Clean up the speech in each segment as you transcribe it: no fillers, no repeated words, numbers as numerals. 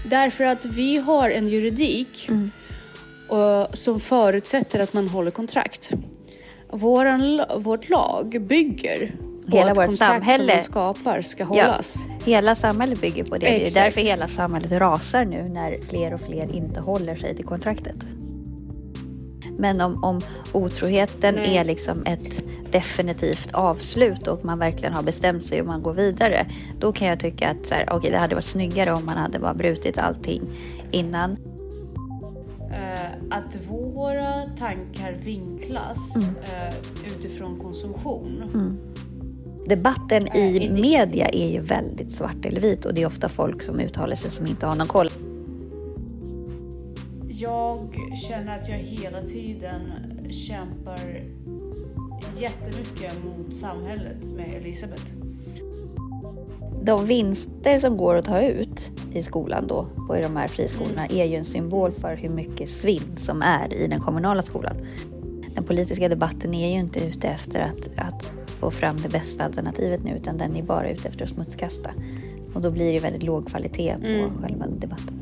Därför att vi har en juridik som förutsätter att man håller kontrakt. Vårt lag bygger på hela att vårt kontrakt samhälle, som man skapar ska hållas. Hela samhället bygger på det. Exakt. Det är därför hela samhället rasar nu när fler och fler inte håller sig till kontraktet. Men om otroheten är liksom ett definitivt avslut och man verkligen har bestämt sig och man går vidare, då kan jag tycka att okej, det hade varit snyggare om man hade bara brutit allting innan. Att våra tankar vinklas utifrån konsumtion. Debatten i media är ju väldigt svart eller vit och det är ofta folk som uttalar sig som inte har någon koll. Jag känner att jag hela tiden kämpar jättemycket mot samhället med Elisabeth. De vinster som går att ta ut i skolan då, på de här friskolorna, är ju en symbol för hur mycket svinn som är i den kommunala skolan. Den politiska debatten är ju inte ute efter att få fram det bästa alternativet nu, utan den är bara ute efter att smutskasta. Och då blir det väldigt låg kvalitet på själva debatten.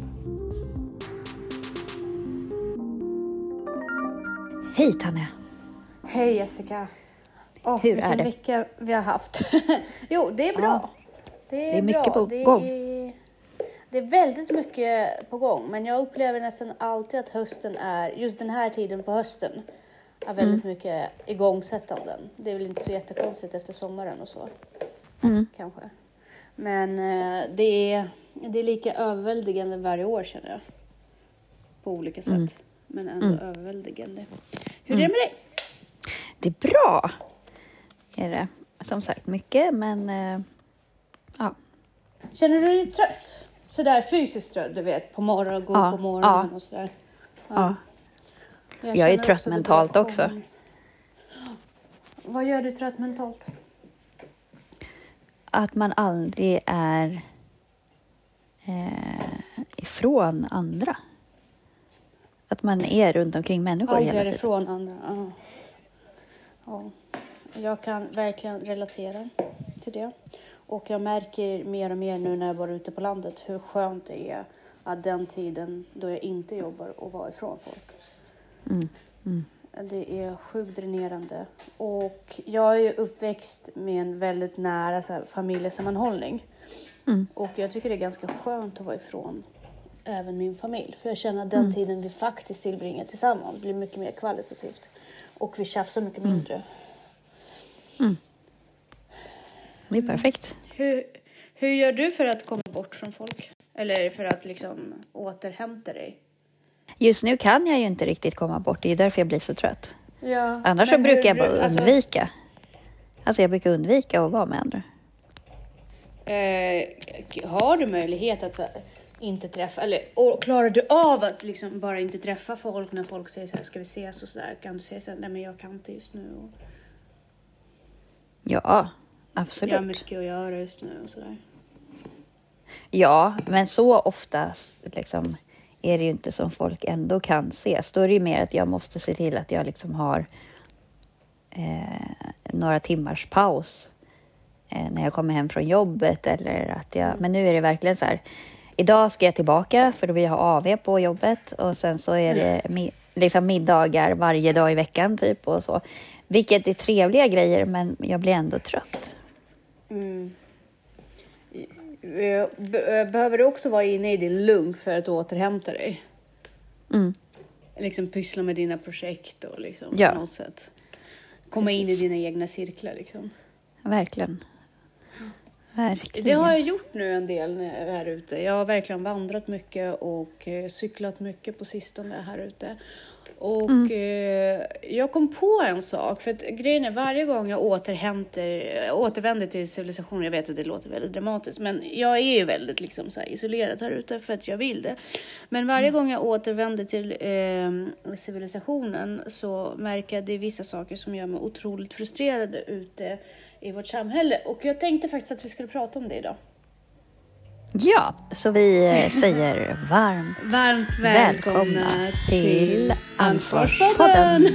Hej Tanja! Hej Jessica! Hur är det? Vilken vecka vi har haft. Jo, det är bra. Ja. Det är mycket bra. på gång. Det är väldigt mycket på gång. Men jag upplever nästan alltid att hösten är, just den här tiden på hösten, är väldigt mycket igångsättanden. Det är väl inte så jättekonstigt efter sommaren och så. Kanske. Men det är lika överväldigande varje år, känner jag. På olika sätt. Men ändå överväldigande. Hur är det med dig? Det är bra. Är det. Som sagt, mycket, men ja. Känner du dig trött? Sådär fysiskt trött, du vet, på morgonen, gå på morgonen och sådär. Ja. Jag är trött mentalt också. Vad gör du trött mentalt? Att man aldrig är ifrån andra. Att man är runt omkring människor hela tiden. Aldrig ifrån andra, ja. Jag kan verkligen relatera till det. Och jag märker mer och mer nu när jag var ute på landet hur skönt det är att den tiden då jag inte jobbar och vara ifrån folk. Det är sjukt dränerande. Och jag är ju uppväxt med en väldigt nära så här, familjesammanhållning. Och jag tycker det är ganska skönt att vara ifrån även min familj. För jag känner att den tiden vi faktiskt tillbringar tillsammans blir mycket mer kvalitativt. Och vi tjafsar mycket mindre. Det är perfekt. Hur gör du för att komma bort från folk? Eller för att liksom återhämta dig? Just nu kan jag ju inte riktigt komma bort. Det är därför jag blir så trött. Ja, annars så brukar jag bara undvika. Alltså jag brukar undvika att vara med andra. Har du möjlighet att inte träffa, eller och klarar du av att liksom bara inte träffa folk när folk säger så här, ska vi ses och sådär? Kan du säga så här, nej men jag kan inte just nu. Ja, absolut. Jag har mycket att göra just nu och sådär. Ja, men så oftast liksom är det ju inte som folk ändå kan ses. Då är det ju mer att jag måste se till att jag liksom har några timmars paus när jag kommer hem från jobbet. Eller att men nu är det verkligen så här, idag ska jag tillbaka för då vill jag ha AV på jobbet. Och sen så är det liksom middagar varje dag i veckan typ och så. Vilket är trevliga grejer, men jag blir ändå trött. Behöver du också vara inne i din lugn för att återhämta dig? Liksom pyssla med dina projekt och liksom på något sätt. Komma in i dina egna cirklar liksom. Verkligen. Det har jag gjort nu en del när jag är här ute. Jag har verkligen vandrat mycket och cyklat mycket på sistone här ute. Och jag kom på en sak. För att grejen är, varje gång jag återvänder till civilisationen. Jag vet att det låter väldigt dramatiskt. Men jag är ju väldigt liksom, så här, isolerad här ute för att jag vill det. Men varje gång jag återvänder till civilisationen så märker jag att det är vissa saker som gör mig otroligt frustrerade ute i vårt samhälle. Och jag tänkte faktiskt att vi skulle prata om det idag. Ja, så vi säger varmt välkomna till Ansvarspodden.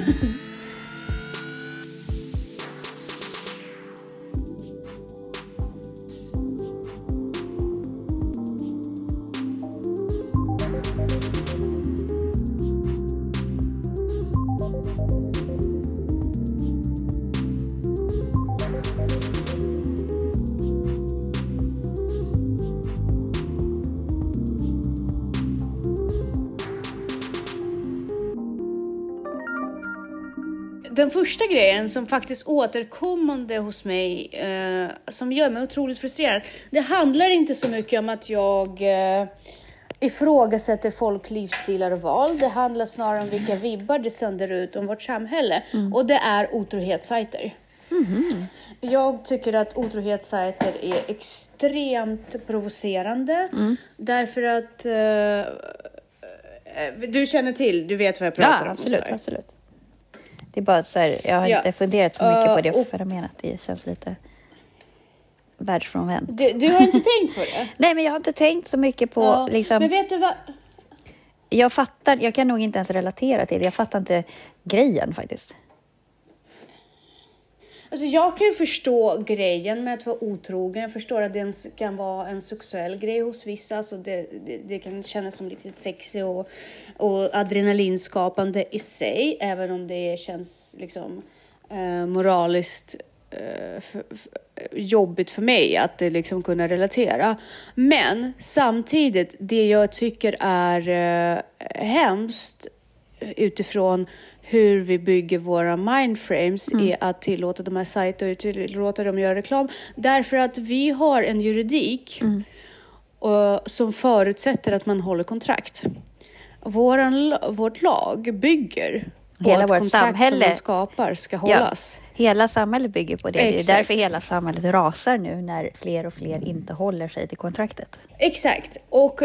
den första grejen som faktiskt återkommande hos mig, som gör mig otroligt frustrerad, det handlar inte så mycket om att jag ifrågasätter folk livsstilar och val. Det handlar snarare om vilka vibbar det sänder ut om vårt samhälle. Och det är otrohetssajter. Jag tycker att otrohetssajter är extremt provocerande. Därför att du känner till, du vet vad jag pratar om. Absolut. Det är bara så här, jag har inte funderat så mycket på det fenomenet. Det känns lite världsfrånvänt. Du har inte tänkt på det? Nej, men jag har inte tänkt så mycket på liksom... Men vet du vad? Jag kan nog inte ens relatera till det. Jag fattar inte grejen faktiskt. Alltså jag kan ju förstå grejen med att vara otrogen. Jag förstår att det kan vara en sexuell grej hos vissa. Alltså det kan kännas som riktigt sexy och adrenalinskapande i sig. Även om det känns liksom moraliskt jobbigt för mig att det liksom kunna relatera. Men samtidigt, det jag tycker är hemskt utifrån hur vi bygger våra mindframes är att tillåta de här sajterna och tillåta dem göra reklam. Därför att vi har en juridik som förutsätter att man håller kontrakt. Vårt lag bygger på hela att vårt kontrakt samhälle som man skapar ska hållas. Ja, hela samhället bygger på det. Exakt. Det är därför hela samhället rasar nu när fler och fler inte håller sig till kontraktet. Exakt. Och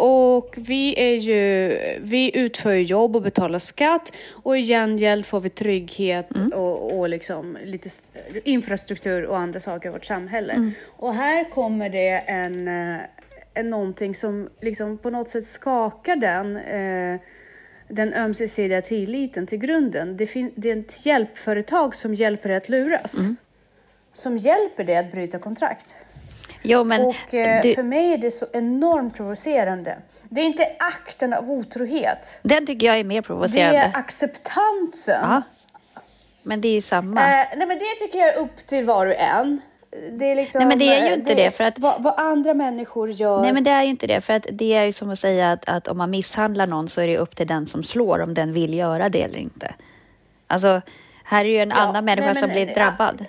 vi utför jobb och betalar skatt. Och i gengäld får vi trygghet och liksom lite infrastruktur och andra saker i vårt samhälle. Och här kommer det någonting som liksom på något sätt skakar den ömsesidiga tilliten till grunden. Det är ett hjälpföretag som hjälper dig att luras. Som hjälper dig att bryta kontrakt. Jo, men och för mig är det så enormt provocerande. Det är inte akten av otrohet. Den tycker jag är mer provocerande. Det är acceptansen. Ja. Men det är ju samma. Nej, men det tycker jag är upp till var och en. Det är liksom, nej, men det är ju inte det för att vad andra människor gör. Nej, men det är ju inte det för att det är ju som att säga att om man misshandlar någon så är det upp till den som slår om den vill göra det eller inte. Alltså, här är ju en annan människa som blir drabbad.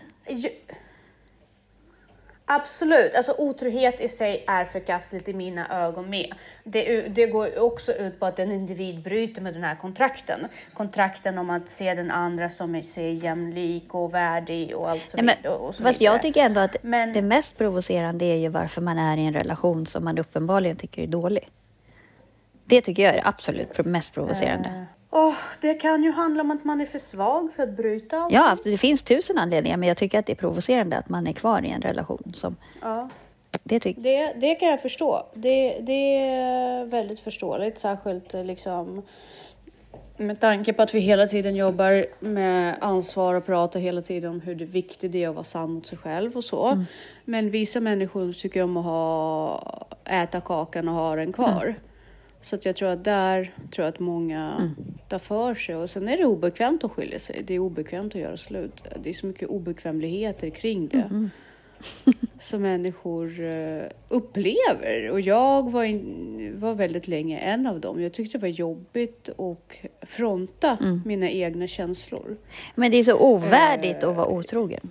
Absolut, alltså otrohet i sig är förkastligt i mina ögon med. Det går också ut på att en individ bryter med den här kontrakten om att se den andra som är sig jämlik och värdig och allt så vidare. Fast jag tycker ändå att det mest provocerande är ju varför man är i en relation som man uppenbarligen tycker är dålig. Det tycker jag är absolut mest provocerande. Det kan ju handla om att man är för svag för att bryta allt. Ja, det finns 1000 anledningar, men jag tycker att det är provocerande att man är kvar i en relation som... Ja. Det kan jag förstå. Det är väldigt förståeligt, särskilt liksom med tanke på att vi hela tiden jobbar med ansvar och pratar hela tiden om hur det viktigt det är att vara sann mot sig själv och så. Men vissa människor tycker om att äta kakan och ha den kvar. Så att jag tror att många tar för sig. Och sen är det obekvämt att skilja sig. Det är obekvämt att göra slut. Det är så mycket obekvämligheter kring det. Som människor upplever. Och jag var väldigt länge en av dem. Jag tyckte det var jobbigt att fronta mina egna känslor. Men det är så ovärdigt att vara otrogen.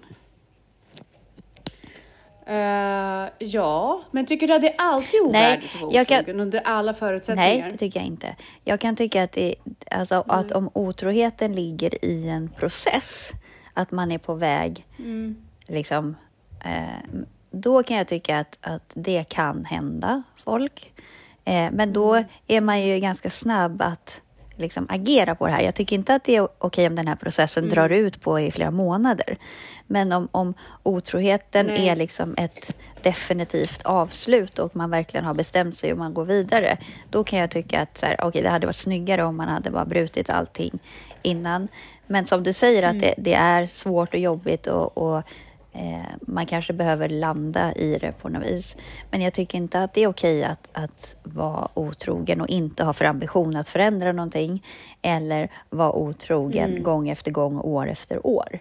Ja, men tycker du att det är alltid ovärdigt att vara otrogen under alla förutsättningar? Nej, det tycker jag inte. Jag kan tycka att att om otroheten ligger i en process, att man är på väg, liksom, då kan jag tycka att det kan hända folk. Men då är man ju ganska snabb att liksom agera på det här. Jag tycker inte att det är okej om den här processen drar ut på i flera månader. Men om otroheten är liksom ett definitivt avslut och man verkligen har bestämt sig och man går vidare, då kan jag tycka att det hade varit snyggare om man hade bara brutit allting innan. Men som du säger att det är svårt och jobbigt och man kanske behöver landa i det på något vis. Men jag tycker inte att det är okej att vara otrogen och inte ha för ambition att förändra någonting. Eller vara otrogen gång efter gång, år efter år.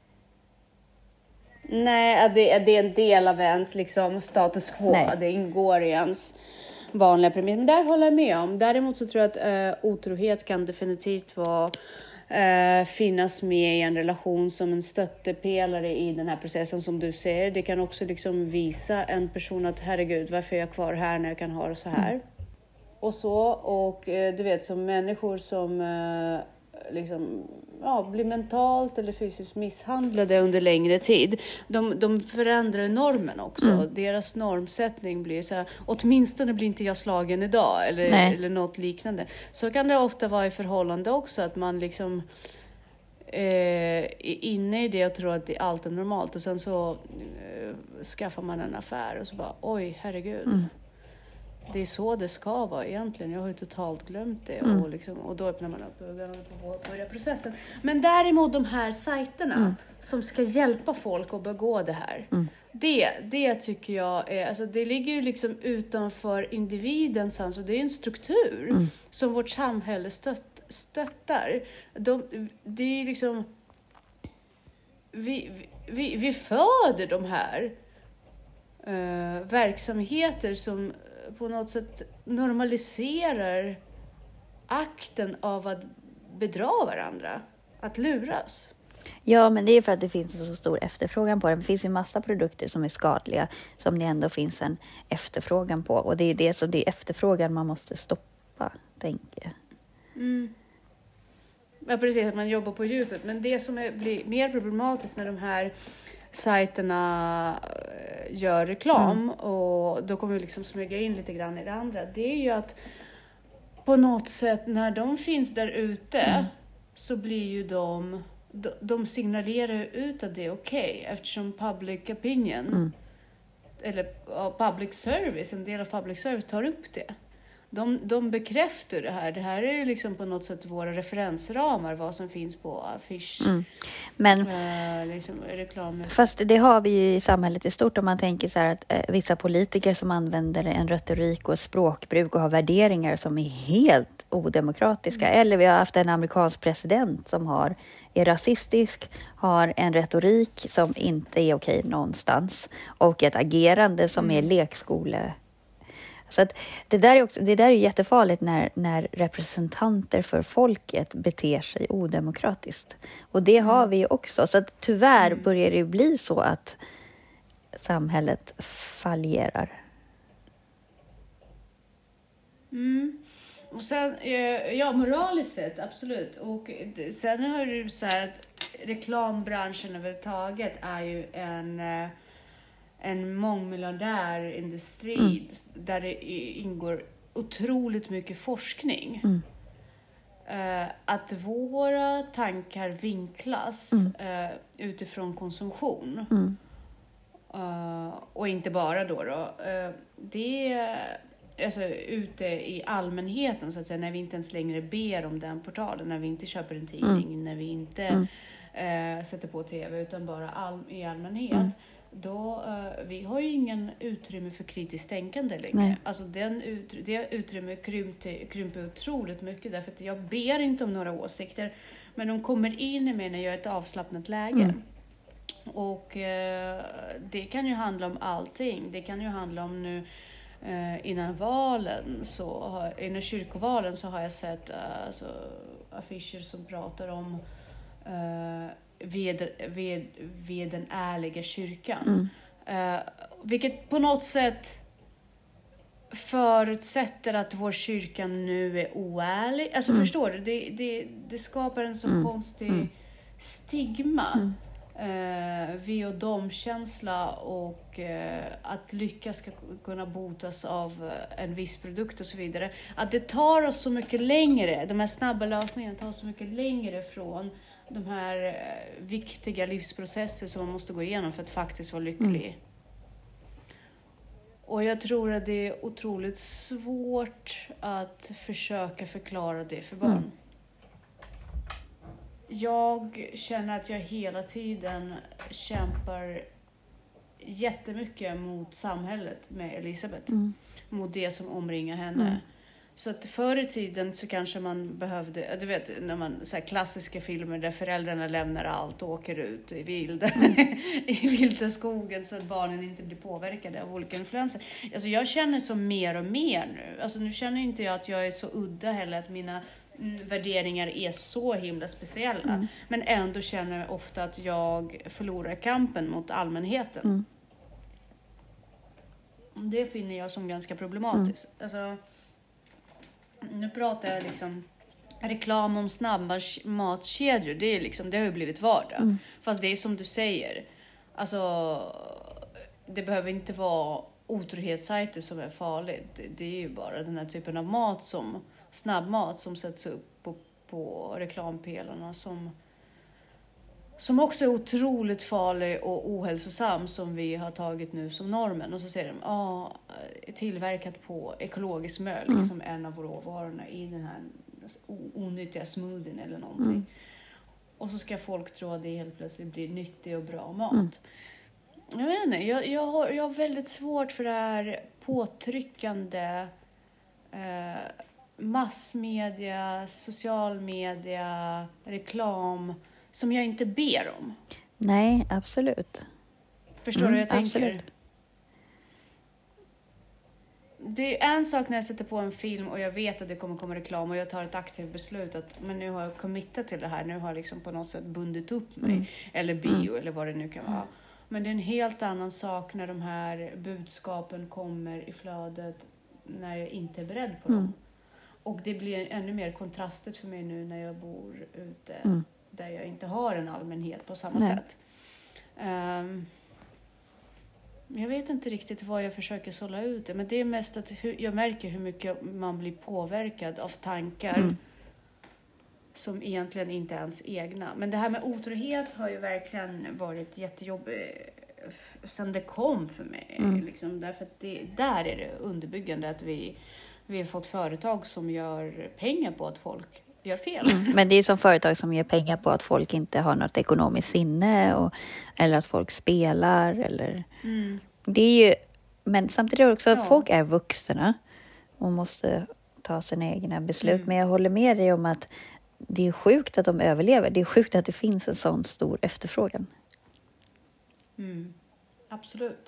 Nej, det är en del av ens liksom, status quo. Nej. Det ingår i ens vanliga premiss. Men där håller jag med om. Däremot så tror jag att otrohet kan definitivt vara finnas med i en relation som en stöttepelare i den här processen som du säger. Det kan också liksom visa en person att herregud, varför är jag kvar här när jag kan ha det så här? Och så, och du vet, som människor som liksom, blir mentalt eller fysiskt misshandlade under längre tid. De förändrar normen också. Deras normsättning blir så här, åtminstone blir inte jag slagen idag eller något liknande. Så kan det ofta vara i förhållande också, att man liksom är inne i det och tror att allt är normalt. Och sen så skaffar man en affär och så bara, oj, herregud. Det är så det ska vara egentligen. Jag har ju totalt glömt det. Och då öppnar man upp ögonen och börjar processen. Men däremot de här sajterna som ska hjälpa folk att begå det här. Det tycker jag är, alltså det ligger ju liksom utanför individens hand. Så det är en struktur som vårt samhälle stöttar. Det är liksom, vi föder de här verksamheter som på något sätt normaliserar akten av att bedra varandra, att luras. Ja, men det är för att det finns en så stor efterfrågan på det. Det finns ju massa produkter som är skadliga som det ändå finns en efterfrågan på. Och det är det som det är efterfrågan man måste stoppa, tänker jag. Ja, precis, att man jobbar på djupet. Men det som blir mer problematiskt när de här sajterna gör reklam och då kommer vi liksom smyga in lite grann i det andra. Det är ju att på något sätt när de finns där ute så blir ju de signalerar ut att det är okej, eftersom public opinion eller public service, en del av public service tar upp det. De bekräftar det här. Det här är ju liksom på något sätt våra referensramar, vad som finns på affisch. Men liksom reklam. Fast det har vi ju i samhället i stort. Om man tänker så här att vissa politiker som använder en retorik och språkbruk och har värderingar som är helt odemokratiska. Eller vi har haft en amerikansk president som är rasistisk, har en retorik som inte är okej någonstans och ett agerande som är lekskole. Så att det där är jättefarligt när representanter för folket beter sig odemokratiskt. Och det har vi ju också. Så att tyvärr börjar det bli så att samhället fallerar. Och sen, moraliskt sett, absolut. Och sen har du så här att reklambranschen överhuvudtaget är ju en mångmiljardär industri där det ingår otroligt mycket forskning. Att våra tankar vinklas utifrån konsumtion. Och inte bara då. Det alltså ute i allmänheten så att säga, när vi inte ens längre ber om den portalen, när vi inte köper en tidning, när vi inte sätter på tv utan bara i allmänhet. Då, vi har ju ingen utrymme för kritiskt tänkande längre. Nej. Alltså det utrymme krymper otroligt mycket därför att jag ber inte om några åsikter, men de kommer in i mig när jag är ett avslappnat läge. Och det kan ju handla om allting. Det kan ju handla om nu innan kyrkovalen så har jag sett affischer som pratar om vid den ärliga kyrkan. Vilket på något sätt förutsätter att vår kyrka nu är oärlig. Alltså förstår du? Det skapar en så konstig stigma. Vi och dom-känsla och att lyckas ska kunna botas av en viss produkt och så vidare. Att det tar oss så mycket längre, de här snabba lösningarna tar oss så mycket längre från de här viktiga livsprocesser som man måste gå igenom för att faktiskt vara lycklig. Och jag tror att det är otroligt svårt att försöka förklara det för barn. Jag känner att jag hela tiden kämpar jättemycket mot samhället med Elisabeth. Mot det som omringar henne. Så att förr i tiden så kanske man behövde, du vet, när man så här klassiska filmer där föräldrarna lämnar allt och åker ut i vilda skogen så att barnen inte blir påverkade av olika influenser. Alltså jag känner så mer och mer nu. Alltså nu känner inte jag att jag är så udda heller, att mina värderingar är så himla speciella. Men ändå känner jag ofta att jag förlorar kampen mot allmänheten. Det finner jag som ganska problematiskt. Alltså, nu pratar jag liksom reklam om snabba matkedjor. Det är liksom, det har ju blivit vardag. Fast det är som du säger. Alltså, det behöver inte vara otrohetssajter som är farligt. Det är ju bara den här typen av mat som snabbmat som sätts upp på reklampelarna som också är otroligt farlig och ohälsosam, som vi har tagit nu som normen. Och så säger de, tillverkat på ekologisk mjölk som en av råvarorna i den här onyttiga smoothien eller någonting. Och så ska folk tro att det helt plötsligt blir nyttig och bra mat. Jag vet inte, jag har väldigt svårt för det här påtryckande massmedia, social media, reklam som jag inte ber om. Nej, absolut. Förstår du vad jag tänker? Absolut. Det är en sak när jag sätter på en film och jag vet att det kommer komma reklam och jag tar ett aktivt beslut att men nu har jag committat till det här. Nu har jag liksom på något sätt bundit upp mig. Eller bio eller vad det nu kan vara. Men det är en helt annan sak när de här budskapen kommer i flödet när jag inte är beredd på dem. Och det blir ännu mer kontrastigt för mig nu när jag bor ute där jag inte har en allmänhet på samma sätt. Jag vet inte riktigt vad jag försöker sålla ut det. Men det är mest att jag märker hur mycket man blir påverkad av tankar som egentligen inte är ens egna. Men det här med otrohet har ju verkligen varit jättejobbigt sen det kom för mig. Liksom, därför att där är det underbyggande att vi har fått företag som gör pengar på att folk gör fel. Men det är som företag som gör pengar på att folk inte har något ekonomiskt sinne eller att folk spelar. Eller... Det är ju, men samtidigt är det också att folk är vuxna och måste ta sina egna beslut. Men jag håller med dig om att det är sjukt att de överlever. Det är sjukt att det finns en sån stor efterfrågan. Absolut.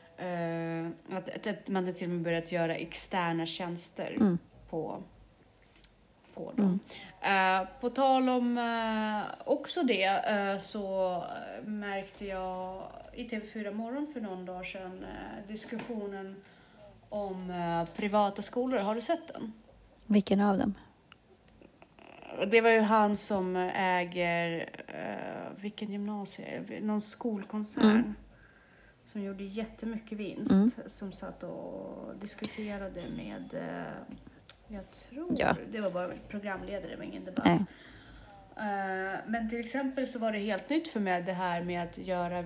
Att man till och med börjat göra externa tjänster på dem. På tal om också det så märkte jag i TV4 Morgon för någon dag sedan diskussionen om privata skolor. Har du sett den? Vilken av dem? Det var ju han som äger vilken gymnasie? Någon skolkoncern. Som gjorde jättemycket vinst. Som satt och diskuterade med jag tror det var bara programledare, det var ingen debatt. Men till exempel så var det helt nytt för mig det här med att göra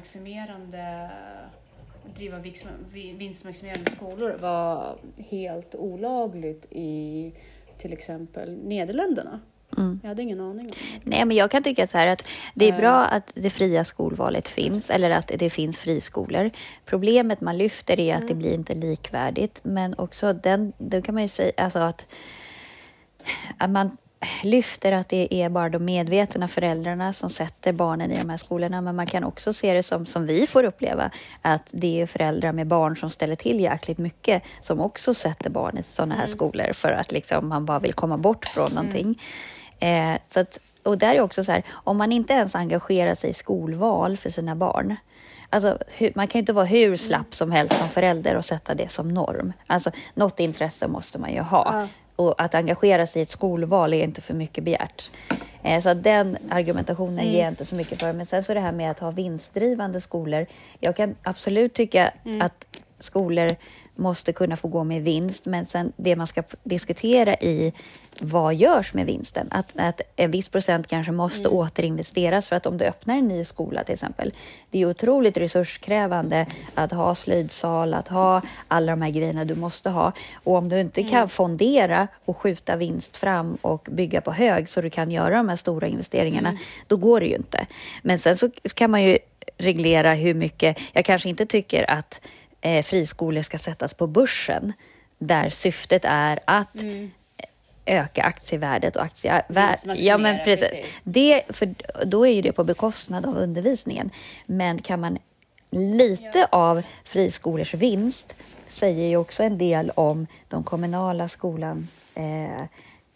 driva vinstmaximerande skolor var helt olagligt i till exempel Nederländerna. Jag hade ingen aning om det. Nej, men jag kan tycka så här att det är bra att det fria skolvalet finns eller att det finns friskolor. Problemet man lyfter är att det blir inte likvärdigt, men också då kan man ju säga alltså att man lyfter att det är bara de medvetna föräldrarna som sätter barnen i de här skolorna, men man kan också se det som vi får uppleva att det är föräldrar med barn som ställer till jäkligt mycket som också sätter barn i sådana här skolor för att liksom man bara vill komma bort från någonting. Så att, och där är också så här, om man inte ens engagerar sig i skolval för sina barn, alltså man kan ju inte vara hur slapp som helst som förälder och sätta det som norm. Alltså något intresse måste man ju ha. Och att engagera sig i ett skolval är inte för mycket begärt. Så att den argumentationen ger jag inte så mycket för. Men sen så det här med att ha vinstdrivande skolor. Jag kan absolut tycka att skolor måste kunna få gå med vinst. Men sen det man ska diskutera i vad görs med vinsten. Att en viss procent kanske måste återinvesteras. För att om du öppnar en ny skola till exempel. Det är otroligt resurskrävande att ha slöjdsal. Att ha alla de här grejerna du måste ha. Och om du inte kan fondera och skjuta vinst fram och bygga på hög. Så du kan göra de här stora investeringarna. Då går det ju inte. Men sen så kan man ju reglera hur mycket. Jag kanske inte tycker att friskolor ska sättas på börsen. Där syftet är att öka aktievärdet och ja, men precis. För då är ju det på bekostnad av undervisningen. Men kan man lite av friskolors vinst säger ju också en del om de kommunala skolans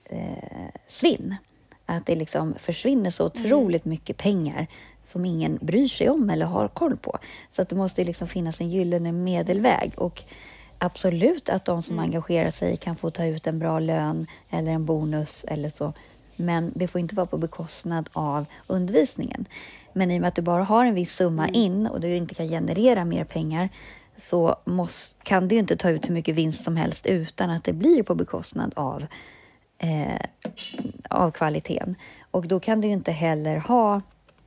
svinn. Att det liksom försvinner så otroligt mycket pengar som ingen bryr sig om eller har koll på. Så att det måste liksom finnas en gyllene medelväg. Och absolut att de som engagerar sig kan få ta ut en bra lön eller en bonus eller så. Men det får inte vara på bekostnad av undervisningen. Men i och med att du bara har en viss summa in och du inte kan generera mer pengar, så kan du inte ta ut hur mycket vinst som helst utan att det blir på bekostnad av kvaliteten. Och då kan du inte heller ha,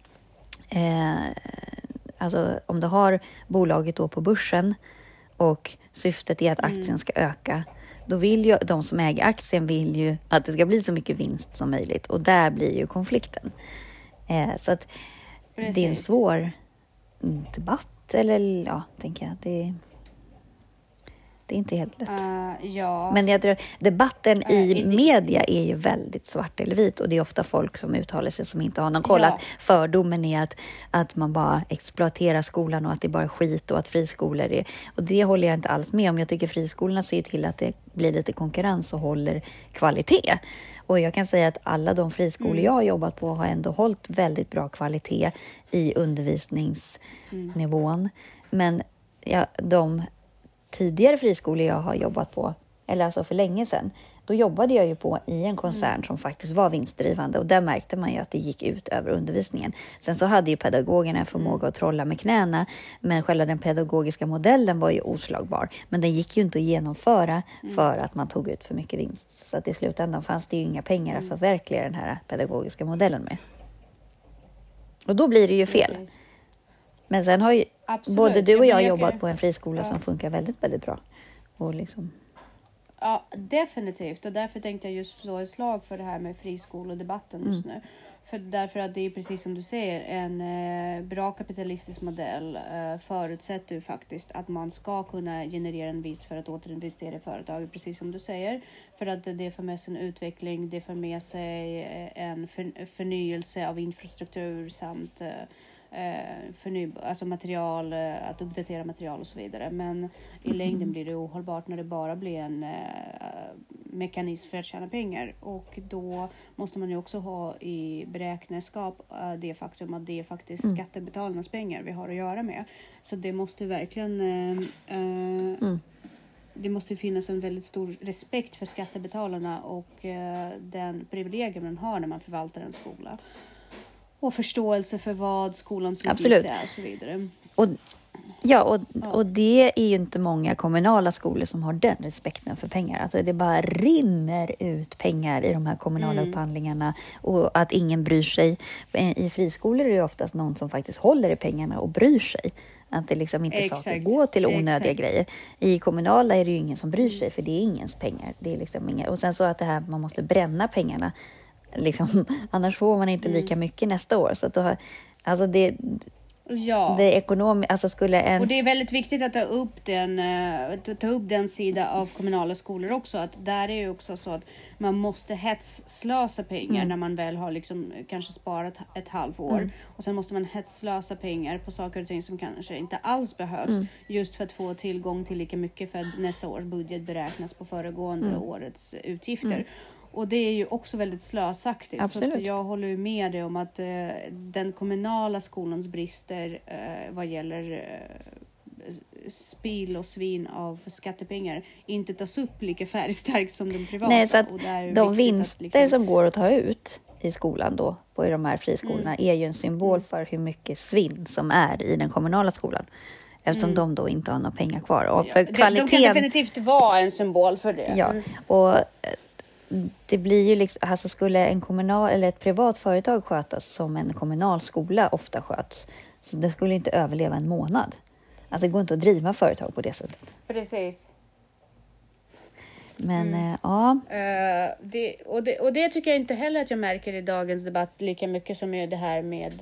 alltså om du har bolaget då på börsen och syftet är att aktien ska öka, då vill ju de som äger aktien vill ju att det ska bli så mycket vinst som möjligt, och där blir ju konflikten. Så att det är en svår debatt, eller ja, tänker jag. Det är inte helt lätt. Ja. Men jag tror debatten i media är ju väldigt svart eller vit, och det är ofta folk som uttalar sig som inte har någon koll. Att fördomen är att man bara exploaterar skolan och att det är bara skit och att friskolor är... Och det håller jag inte alls med om. Jag tycker friskolorna ser till att det blir lite konkurrens och håller kvalitet. Och jag kan säga att alla de friskolor jag har jobbat på har ändå hållit väldigt bra kvalitet i undervisningsnivån. Men de tidigare friskolor jag har jobbat på, eller alltså för länge sedan, då jobbade jag ju i en koncern som faktiskt var vinstdrivande, och där märkte man ju att det gick ut över undervisningen. Sen så hade ju pedagogerna en förmåga att trolla med knäna, men själva den pedagogiska modellen var ju oslagbar. Men den gick ju inte att genomföra för att man tog ut för mycket vinst. Så att i slutändan fanns det ju inga pengar att förverkliga den här pedagogiska modellen med. Och då blir det ju fel. Men sen har ju både du och jag jobbat på en friskola som funkar väldigt, väldigt bra. Och liksom... Ja, definitivt. Och därför tänkte jag just slå ett slag för det här med friskoledebatten just nu. Därför att det är precis som du säger, en bra kapitalistisk modell förutsätter ju faktiskt att man ska kunna generera en vinst för att återinvestera i företaget, precis som du säger. För att det för med sig en utveckling, det för med sig en förnyelse av infrastruktur samt alltså material, att uppdatera material och så vidare. Men i längden blir det ohållbart när det bara blir en mekanism för att tjäna pengar. Och då måste man ju också ha i beräkningsskap det faktum att det är faktiskt skattebetalarnas pengar vi har att göra med. Så det måste verkligen det måste finnas en väldigt stor respekt för skattebetalarna och den privilegium man har när man förvaltar en skola. Och förståelse för vad skolans uppgift är och så vidare. Och det är ju inte många kommunala skolor som har den respekten för pengar. Alltså det bara rinner ut pengar i de här kommunala upphandlingarna, och att ingen bryr sig. I friskolor är det oftast någon som faktiskt håller i pengarna och bryr sig. Att det liksom inte saker går till onödiga grejer. I kommunala är det ju ingen som bryr sig, för det är ingens pengar. Det är liksom och sen så att det här, man måste bränna pengarna. Liksom, annars får man inte lika mycket nästa år. Så att då, alltså det alltså skulle och det är väldigt viktigt att ta upp den sida av kommunala skolor också, att där är ju också så att man måste hetslösa pengar när man väl har liksom kanske sparat ett halvår, och sen måste man hetslösa pengar på saker och ting som kanske inte alls behövs just för att få tillgång till lika mycket för att nästa års budget beräknas på föregående årets utgifter. Och det är ju också väldigt slösaktigt. Absolut. Så att jag håller ju med dig om att den kommunala skolans brister vad gäller spill och svin av skattepengar inte tas upp lika färgstarkt som de privata. Nej, så att de vinster att liksom... som går att ta ut i skolan då, på de här friskolorna, är ju en symbol för hur mycket svinn som är i den kommunala skolan. Eftersom de då inte har några pengar kvar. Och för kvaliteten... De kan definitivt vara en symbol för det. Ja, och det blir ju liksom, alltså skulle en kommunal eller ett privat företag skötas som en kommunal skola ofta sköts, så det skulle inte överleva en månad. Alltså det går inte att driva företag på det sättet. Precis. Men det tycker jag inte heller att jag märker i dagens debatt lika mycket som det här med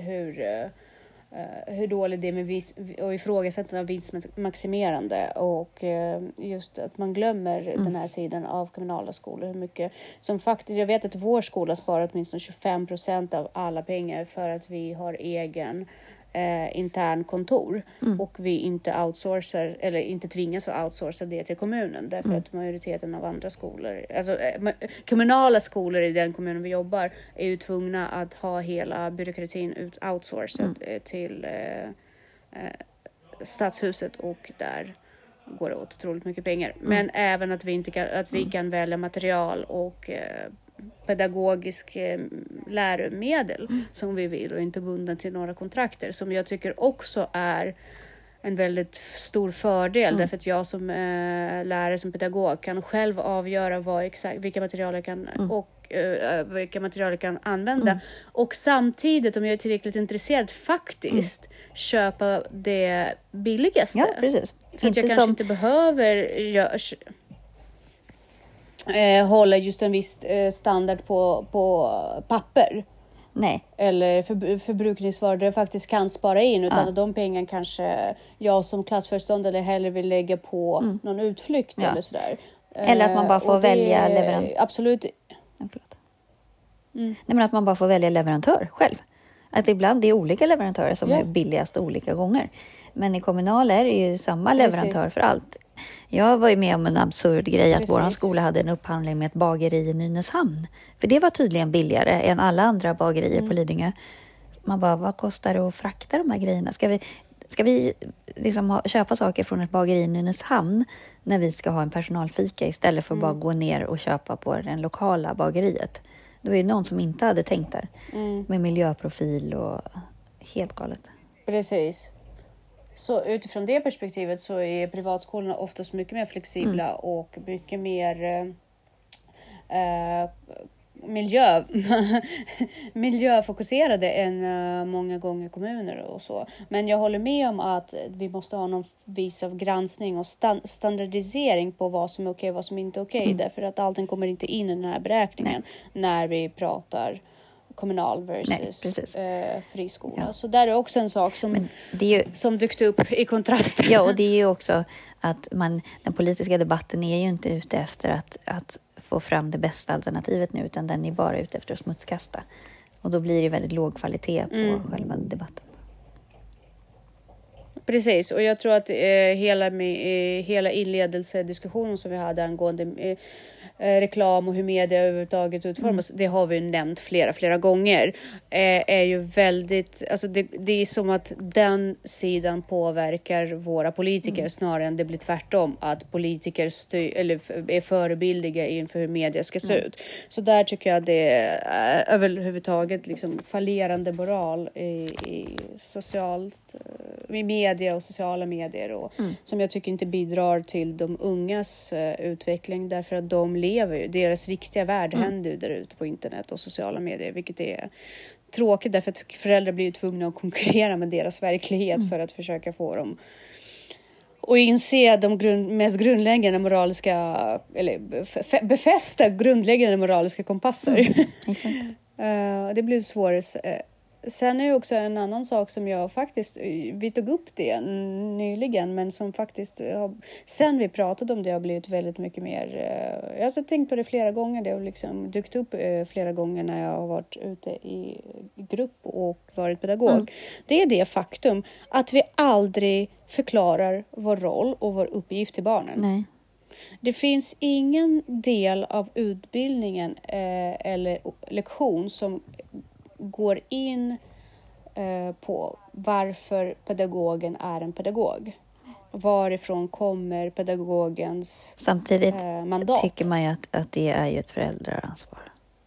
hur dåligt det är med och ifrågasättande av vinstmaximerande, och just att man glömmer den här sidan av kommunala skolor, hur mycket som faktiskt, jag vet att vår skola sparar åtminstone 25% av alla pengar för att vi har egen intern kontor och vi inte outsourcar eller inte tvingas att outsourca det till kommunen därför att majoriteten av andra skolor, alltså kommunala skolor i den kommunen vi jobbar är ju tvungna att ha hela byråkratin outsourcad till stadshuset och där går det åt otroligt mycket pengar. Men även att vi inte kan, att vi kan välja material och pedagogisk läromedel som vi vill och inte bundna till några kontrakter som jag tycker också är en väldigt stor fördel därför att jag som lärare, som pedagog kan själv avgöra vilka material jag kan vilka material jag kan använda och samtidigt om jag är tillräckligt intresserad faktiskt köpa det billigaste. Ja, precis. För att jag kanske inte behöver hålla just en viss standard på papper. Nej. Eller förbrukningsvaror där jag faktiskt kan spara in. Utan de pengarna kanske jag som klassföreståndare hellre vill lägga på någon utflykt eller sådär. Eller att man bara får välja leverantör. Absolut. Nej, men att man bara får välja leverantör själv. Att ibland det är olika leverantörer som är billigast olika gånger. Men i kommunal är det ju samma leverantör för allt. Jag var ju med om en absurd grej att vår skola hade en upphandling med ett bageri i Nynäshamn. För det var tydligen billigare än alla andra bagerier på Lidingö. Man bara, vad kostar det att frakta de här grejerna? Ska vi liksom köpa saker från ett bageri i Nynäshamn när vi ska ha en personalfika istället för att bara gå ner och köpa på den lokala bageriet? Det var ju någon som inte hade tänkt där. Med miljöprofil och helt galet. Precis. Så utifrån det perspektivet så är privatskolorna oftast mycket mer flexibla och mycket mer miljöfokuserade än många gånger kommuner och så. Men jag håller med om att vi måste ha någon vis av granskning och standardisering på vad som är okej och vad som inte är okej. Därför att allting kommer inte in i den här beräkningen när vi pratar kommunal versus friskola. Ja. Så där är också en sak som dykt upp i kontrast. Ja, och det är ju också att den politiska debatten är ju inte ute efter att få fram det bästa alternativet nu, utan den är bara ute efter att smutskasta. Och då blir det väldigt låg kvalitet på själva debatten. Precis, och jag tror att hela inledelsediskussionen som vi hade angående reklam och hur media överhuvudtaget utformas, det har vi nämnt flera gånger, är ju väldigt, alltså det är som att den sidan påverkar våra politiker snarare än det blir tvärtom, att politiker är förebildiga inför hur media ska se ut. Så där tycker jag det är överhuvudtaget liksom fallerande moral i socialt, i media och sociala medier och som jag tycker inte bidrar till de ungas utveckling, därför att de lever ju, deras riktiga värld händer ju där ute på internet och sociala medier, vilket är tråkigt därför att föräldrar blir ju tvungna att konkurrera med deras verklighet för att försöka få dem och inse de mest grundläggande moraliska, eller befästa grundläggande moraliska kompasser. Det blir svårare. Sen är ju också en annan sak som jag faktiskt, vi tog upp det nyligen, men som faktiskt, sen vi pratade om det har blivit väldigt mycket mer, jag har tänkt på det flera gånger, det har liksom dykt upp flera gånger när jag har varit ute i grupp och varit pedagog. Det är det faktum att vi aldrig förklarar vår roll och vår uppgift till barnen. Nej. Det finns ingen del av utbildningen eller lektion som går in på varför pedagogen är en pedagog. Varifrån kommer pedagogens samtidigt mandat? Tycker man ju att det är ju ett föräldraransvar.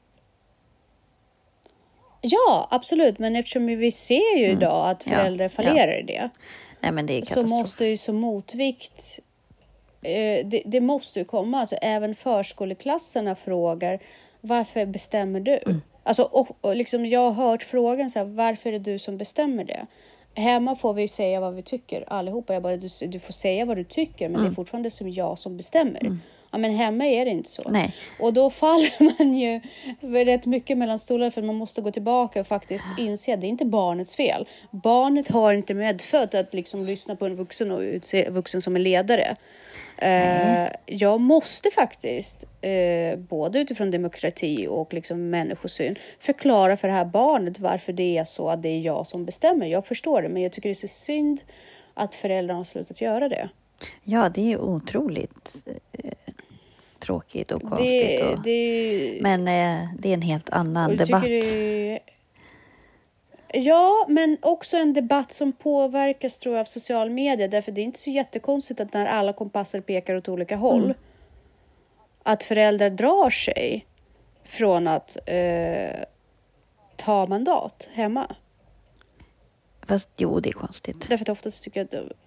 Ja, absolut. Men eftersom vi ser ju idag att föräldrar fallerar i det. Nej, men det är katastrof. Så måste ju som motvikt det måste ju komma. Alltså, även förskoleklasserna frågar, varför bestämmer du? Alltså, och liksom, jag har hört frågan så här, varför är det du som bestämmer det? Hemma får vi säga vad vi tycker allihopa. Jag bara, du får säga vad du tycker, men det är fortfarande som jag som bestämmer. Ja, men hemma är det inte så. Nej. Och då faller man ju rätt mycket mellan stolar, för man måste gå tillbaka och faktiskt inse att det är inte barnets fel. Barnet har inte medfött att liksom lyssna på en vuxen och utse vuxen som en ledare. Jag måste faktiskt både utifrån demokrati och liksom människosyn förklara för det här barnet varför det är så att det är jag som bestämmer. Jag förstår det, men jag tycker det är så synd att föräldrarna har slutat göra det. Ja, det är otroligt tråkigt och konstigt. Men det är en helt annan debatt. Ja, men också en debatt som påverkas, tror jag, av social media. Därför det är inte så jättekonstigt att när alla kompasser pekar åt olika håll, att föräldrar drar sig från att ta mandat hemma. Fast jo, det är konstigt. Därför att oftast tycker jag att...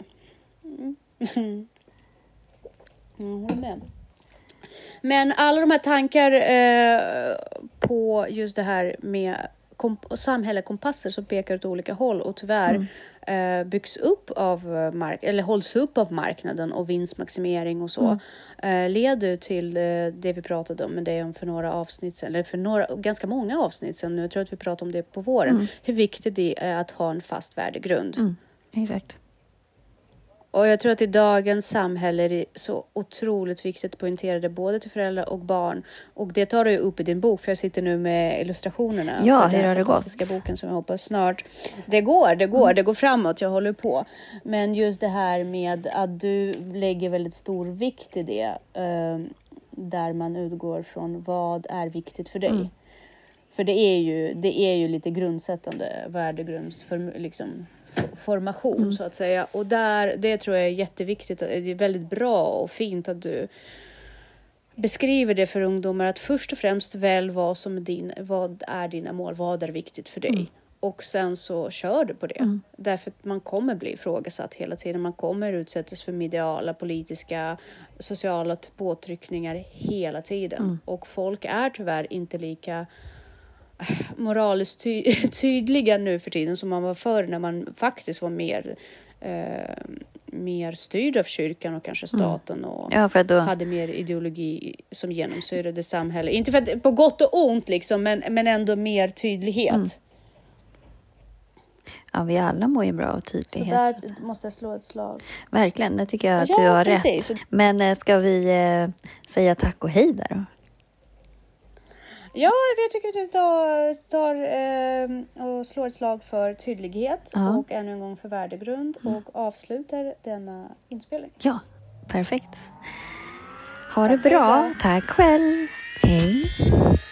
Jag håller med. Men alla de här tankar på just det här med samhällekompasser som pekar åt olika håll och tyvärr byggs upp av eller hålls upp av marknaden och vinstmaximering och så, leder till det vi pratade om, men det är för några avsnitt sedan, eller för ganska många avsnitt sedan nu. Jag tror att vi pratade om det på våren, hur viktigt det är att ha en fast värdegrund. Exakt. Och jag tror att i dagens samhälle är det så otroligt viktigt att poängtera det både till föräldrar och barn. Och det tar du upp i din bok, för jag sitter nu med illustrationerna. Ja, hur har det gått? Fantastiska boken som jag hoppas snart. Det går framåt, jag håller på. Men just det här med att du lägger väldigt stor vikt i det. Där man utgår från vad är viktigt för dig. För det är ju lite grundsättande värdegrundsformation så att säga. Och det tror jag är jätteviktigt. Det är väldigt bra och fint att du beskriver det för ungdomar. Att först och främst väl vad är dina mål, vad är viktigt för dig. Och sen så kör du på det. Därför att man kommer bli ifrågasatt hela tiden. Man kommer utsättas för mediala, politiska, sociala påtryckningar hela tiden. Och folk är tyvärr inte lika moraliskt tydliga nu för tiden som man var förr, när man faktiskt var mer styrd av kyrkan och kanske staten och hade mer ideologi som genomsyrade samhället. Inte för att, på gott och ont liksom, men ändå mer tydlighet. Ja, vi alla mår ju bra av tydlighet. Så där måste jag slå ett slag. Verkligen, det tycker jag att du har rätt. Men ska vi säga tack och hej där då? Ja, jag tycker att vi tar och slår ett slag för tydlighet och ännu en gång för värdegrund och avslutar denna inspelning. Ja, perfekt. Ha det bra. Tack själv. Hej.